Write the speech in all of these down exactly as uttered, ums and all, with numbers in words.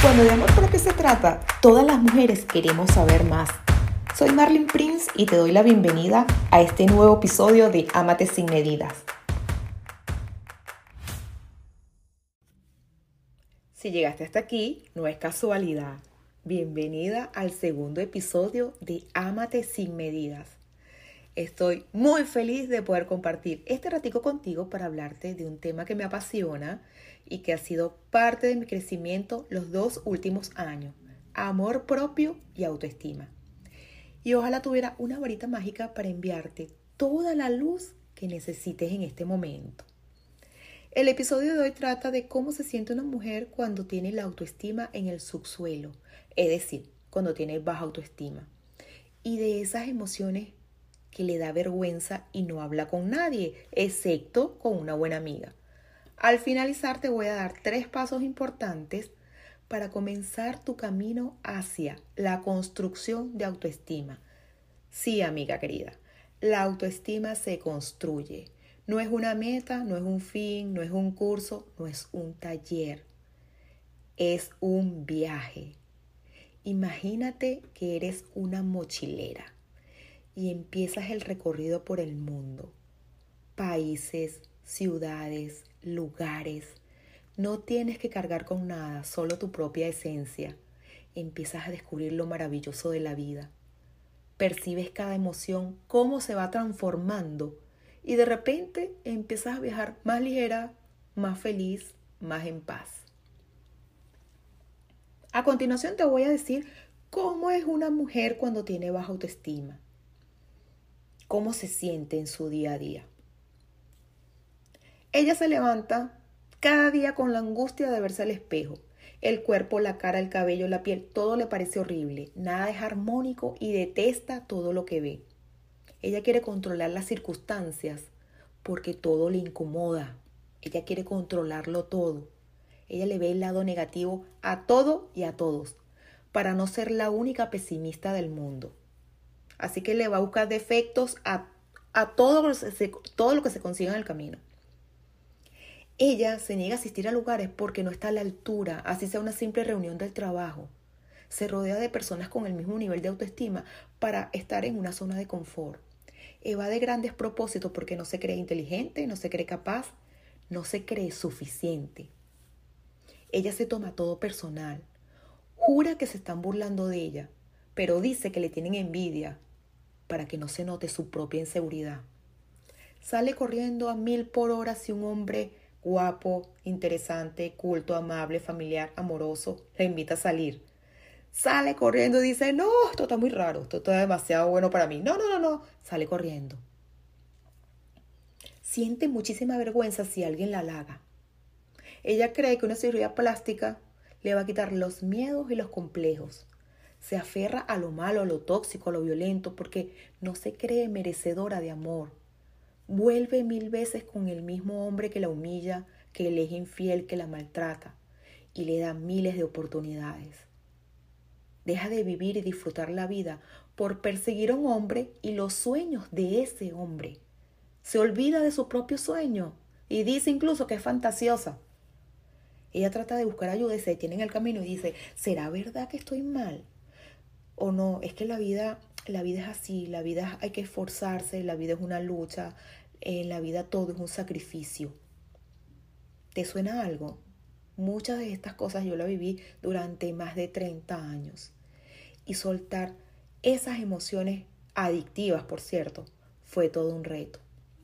Cuando de amor propio se trata, todas las mujeres queremos saber más. Soy Marlene Prince y te doy la bienvenida a este nuevo episodio de Ámate sin medidas. Si llegaste hasta aquí, no es casualidad. Bienvenida al segundo episodio de Ámate sin medidas. Estoy muy feliz de poder compartir este ratico contigo para hablarte de un tema que me apasiona y que ha sido parte de mi crecimiento los dos últimos años: amor propio y autoestima. Y ojalá tuviera una varita mágica para enviarte toda la luz que necesites en este momento. El episodio de hoy trata de cómo se siente una mujer cuando tiene la autoestima en el subsuelo, es decir, cuando tiene baja autoestima, y de esas emociones que le da vergüenza y no habla con nadie, excepto con una buena amiga. Al finalizar te voy a dar tres pasos importantes para comenzar tu camino hacia la construcción de autoestima. Sí, amiga querida, la autoestima se construye. No es una meta, no es un fin, no es un curso, no es un taller. Es un viaje. Imagínate que eres una mochilera y empiezas el recorrido por el mundo. Países, ciudades, lugares. No tienes que cargar con nada, solo tu propia esencia. Empiezas a descubrir lo maravilloso de la vida. Percibes cada emoción, cómo se va transformando, y de repente empiezas a viajar más ligera, más feliz, más en paz. A continuación te voy a decir cómo es una mujer cuando tiene baja autoestima. Cómo se siente en su día a día. Ella se levanta cada día con la angustia de verse al espejo. El cuerpo, la cara, el cabello, la piel, todo le parece horrible. Nada es armónico y detesta todo lo que ve. Ella quiere controlar las circunstancias porque todo le incomoda. Ella quiere controlarlo todo. Ella le ve el lado negativo a todo y a todos para no ser la única pesimista del mundo. Así que le va a buscar defectos a, a todo, lo que se, todo lo que se consiga en el camino. Ella se niega a asistir a lugares porque no está a la altura, así sea una simple reunión del trabajo. Se rodea de personas con el mismo nivel de autoestima para estar en una zona de confort. Evade grandes propósitos porque no se cree inteligente, no se cree capaz, no se cree suficiente. Ella se toma todo personal. Jura que se están burlando de ella, pero dice que le tienen envidia para que no se note su propia inseguridad. Sale corriendo a mil por hora si un hombre guapo, interesante, culto, amable, familiar, amoroso le invita a salir. Sale corriendo y dice, no, esto está muy raro, esto está demasiado bueno para mí. No, no, no, no. Sale corriendo. Siente muchísima vergüenza si alguien la halaga. Ella cree que una cirugía plástica le va a quitar los miedos y los complejos. Se aferra a lo malo, a lo tóxico, a lo violento, porque no se cree merecedora de amor. Vuelve mil veces con el mismo hombre que la humilla, que le es infiel, que la maltrata, y le da miles de oportunidades. Deja de vivir y disfrutar la vida por perseguir a un hombre y los sueños de ese hombre. Se olvida de su propio sueño y dice incluso que es fantasiosa. Ella trata de buscar ayuda y se detiene en el camino y dice, ¿será verdad que estoy mal? O no, es que la vida, la vida es así, la vida hay que esforzarse, la vida es una lucha, en la vida todo es un sacrificio. ¿Te suena algo? Muchas de estas cosas yo las viví durante más de treinta años. Y soltar esas emociones adictivas, por cierto, fue todo un reto.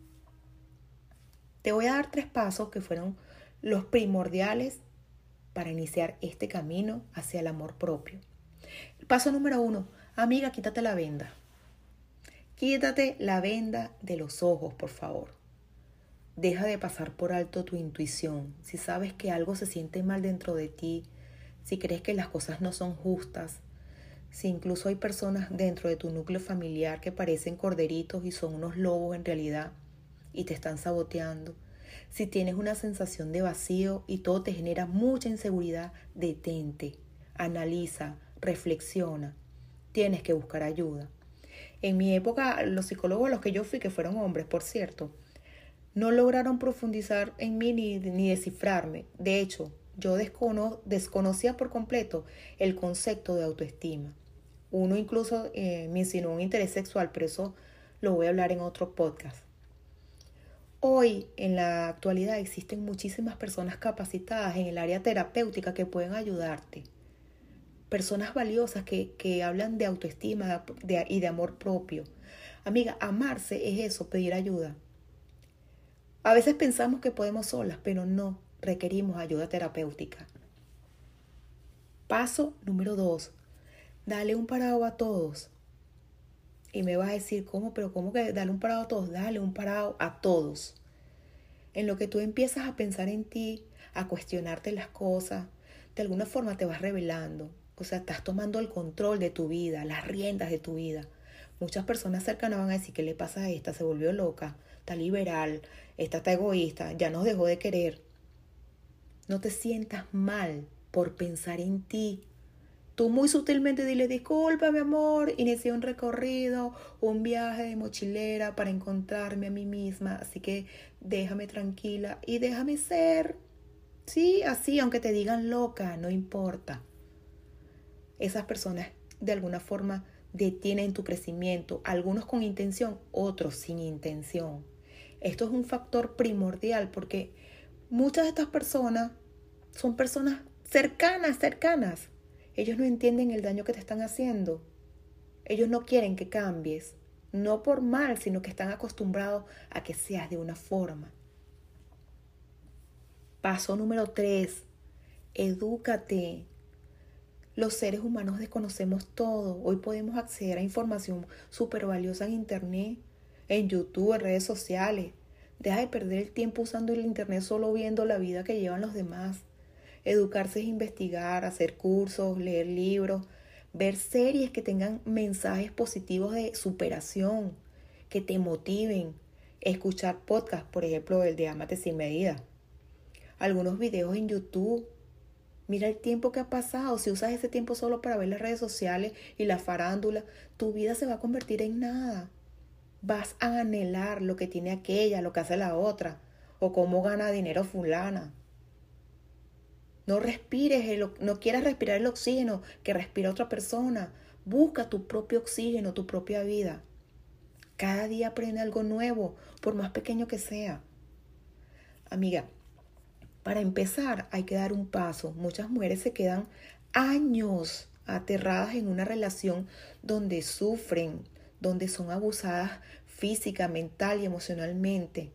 Te voy a dar tres pasos que fueron los primordiales para iniciar este camino hacia el amor propio. Paso número uno, amiga, quítate la venda. Quítate la venda de los ojos, por favor. Deja de pasar por alto tu intuición. Si sabes que algo se siente mal dentro de ti, si crees que las cosas no son justas, si incluso hay personas dentro de tu núcleo familiar que parecen corderitos y son unos lobos en realidad y te están saboteando, si tienes una sensación de vacío y todo te genera mucha inseguridad, detente, analiza, reflexiona. Tienes que buscar ayuda. En mi época, los psicólogos a los que yo fui, que fueron hombres, por cierto, no lograron profundizar en mí ni, ni descifrarme. De hecho, yo descono- desconocía por completo el concepto de autoestima. Uno incluso eh, me insinuó un interés sexual, pero eso lo voy a hablar en otro podcast. Hoy, en la actualidad, existen muchísimas personas capacitadas en el área terapéutica que pueden ayudarte. Personas valiosas que, que hablan de autoestima de, y de amor propio. Amiga, amarse es eso, pedir ayuda. A veces pensamos que podemos solas, pero no, requerimos ayuda terapéutica. Paso número dos. Dale un parado a todos. Y me vas a decir, ¿cómo? Pero ¿cómo que dale un parado a todos? Dale un parado a todos. En lo que tú empiezas a pensar en ti, a cuestionarte las cosas, de alguna forma te vas revelando. O sea, estás tomando el control de tu vida, las riendas de tu vida. Muchas personas cercanas van a decir, ¿qué le pasa a esta? Se volvió loca, está liberal, esta está egoísta, ya nos dejó de querer. No te sientas mal por pensar en ti. Tú muy sutilmente dile, disculpa mi amor, inicié un recorrido, un viaje de mochilera para encontrarme a mí misma, así que déjame tranquila y déjame ser. Sí, así, aunque te digan loca, no importa. Esas personas de alguna forma detienen tu crecimiento, algunos con intención, otros sin intención. Esto es un factor primordial porque muchas de estas personas son personas cercanas, cercanas. Ellos no entienden el daño que te están haciendo. Ellos no quieren que cambies, no por mal, sino que están acostumbrados a que seas de una forma. Paso número tres. Edúcate. Los seres humanos desconocemos todo. Hoy podemos acceder a información súper valiosa en internet, en YouTube, en redes sociales. Deja de perder el tiempo usando el internet solo viendo la vida que llevan los demás. Educarse es investigar, hacer cursos, leer libros, ver series que tengan mensajes positivos de superación, que te motiven. Escuchar podcasts, por ejemplo, el de Ámate sin medida. Algunos videos en YouTube. Mira el tiempo que ha pasado. Si usas ese tiempo solo para ver las redes sociales y la farándula, tu vida se va a convertir en nada. Vas a anhelar lo que tiene aquella, lo que hace la otra, o cómo gana dinero fulana. No respires, el, no quieras respirar el oxígeno que respira otra persona. Busca tu propio oxígeno, tu propia vida. Cada día aprende algo nuevo, por más pequeño que sea. Amiga, para empezar hay que dar un paso. Muchas mujeres se quedan años aterradas en una relación donde sufren, donde son abusadas física, mental y emocionalmente.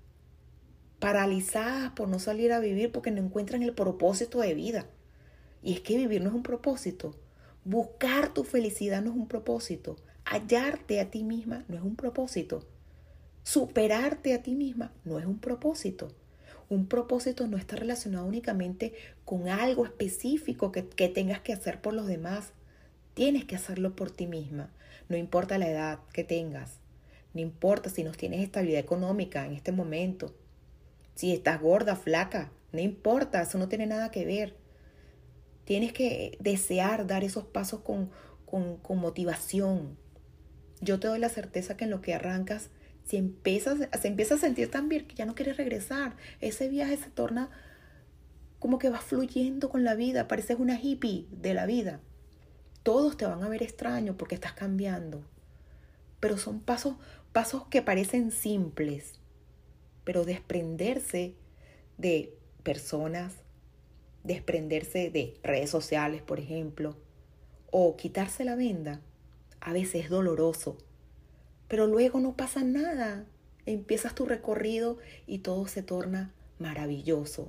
Paralizadas por no salir a vivir porque no encuentran el propósito de vida. Y es que vivir no es un propósito. Buscar tu felicidad no es un propósito. Hallarte a ti misma no es un propósito. Superarte a ti misma no es un propósito. Un propósito no está relacionado únicamente con algo específico que, que tengas que hacer por los demás. Tienes que hacerlo por ti misma. No importa la edad que tengas. No importa si no tienes estabilidad económica en este momento. Si estás gorda, flaca, no importa, eso no tiene nada que ver. Tienes que desear dar esos pasos con, con, con motivación. Yo te doy la certeza que en lo que arrancas, si empiezas, se empieza a sentir tan bien que ya no quieres regresar. Ese viaje se torna como que vas fluyendo con la vida, pareces una hippie de la vida. Todos te van a ver extraño porque estás cambiando. Pero son pasos, pasos que parecen simples. Pero desprenderse de personas, desprenderse de redes sociales, por ejemplo, o quitarse la venda, a veces es doloroso, pero luego no pasa nada. Empiezas tu recorrido y todo se torna maravilloso.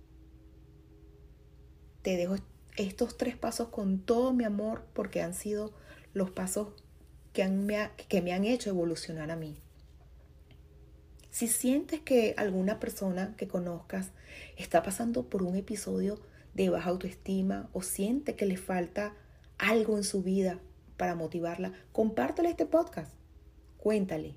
Te dejo estos tres pasos con todo mi amor porque han sido los pasos que, han, me, ha, que me han hecho evolucionar a mí. Si sientes que alguna persona que conozcas está pasando por un episodio de baja autoestima o siente que le falta algo en su vida para motivarla, compártale este podcast. Cuéntale.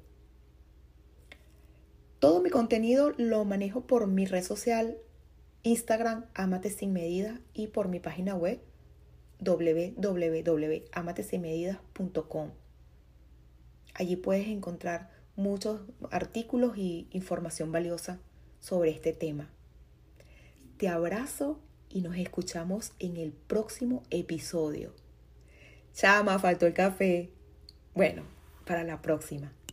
Todo mi contenido lo manejo por mi red social Instagram, Ámate Sin Medida, y por mi página web w w w punto amate sin medidas punto com. Allí puedes encontrar muchos artículos y información valiosa sobre este tema. Te abrazo y nos escuchamos en el próximo episodio. Chama, faltó el café. Bueno, para la próxima.